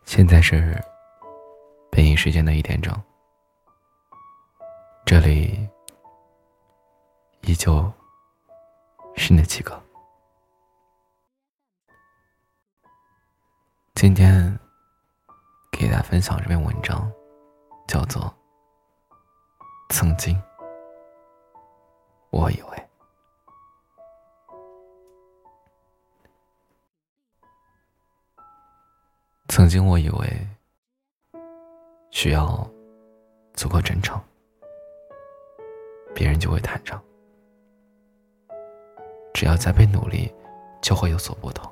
现在是北京时间的1点整，这里依旧是那几个。今天给大家分享这篇文章，叫做《曾经我以为》。曾经我以为需要足够真诚，别人就会坦诚，只要加倍努力就会有所不同。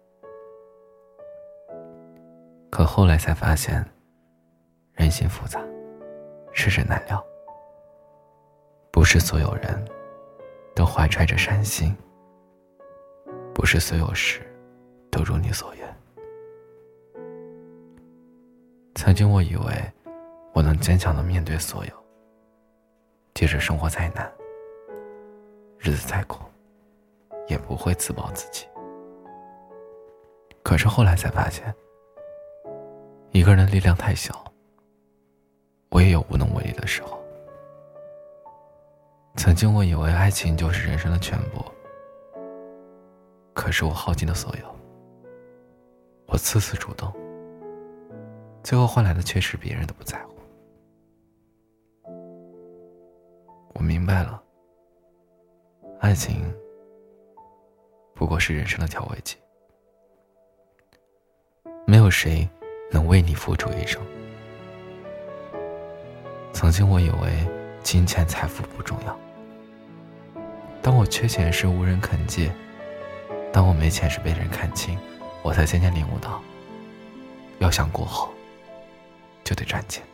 可后来才发现，人心复杂，世事难料，不是所有人都怀揣着善心，不是所有事都如你所愿。曾经我以为我能坚强地面对所有，即使生活再难，日子再苦，也不会自暴自弃。可是后来才发现，一个人的力量太小，我也有无能为力的时候。曾经我以为爱情就是人生的全部，可是我耗尽了所有，我次次主动，最后换来的却是别人的不在乎。我明白了，爱情不过是人生的调味剂，没有谁能为你付出一生。曾经我以为金钱财富不重要，当我缺钱时无人肯借，当我没钱时被人看轻，我才渐渐领悟到，要想过好就得赚钱。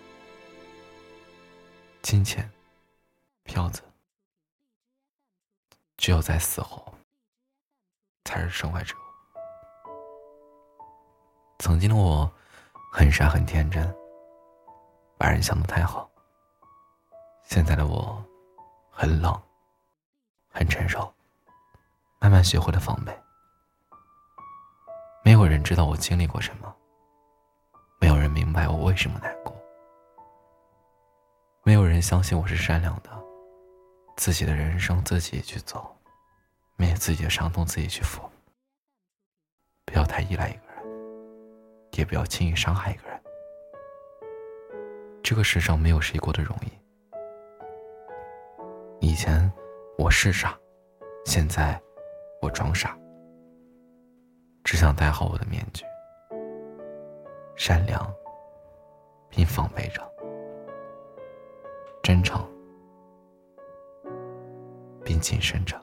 金钱票子只有在死后才是身外之物。曾经的我很傻很天真，把人想得太好。现在的我很冷很成熟，慢慢学会了防备。没有人知道我经历过什么，没有人明白我为什么难过，没有人相信我是善良的，自己的人生自己去走，面对自己的伤痛自己去负。不要太依赖一个人，也不要轻易伤害一个人。这个世上没有谁过得容易。以前我是傻，现在我装傻，只想戴好我的面具，善良并防备着，真诚并谨慎着。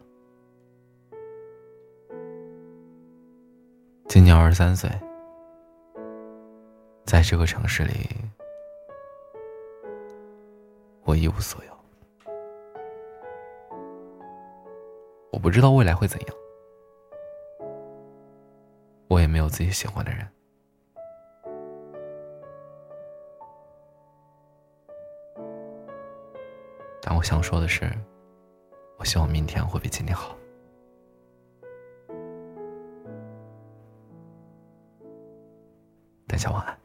今年23岁，在这个城市里，我一无所有。我不知道未来会怎样，我也没有自己喜欢的人。但我想说的是，我希望明天会比今天好。大家晚安。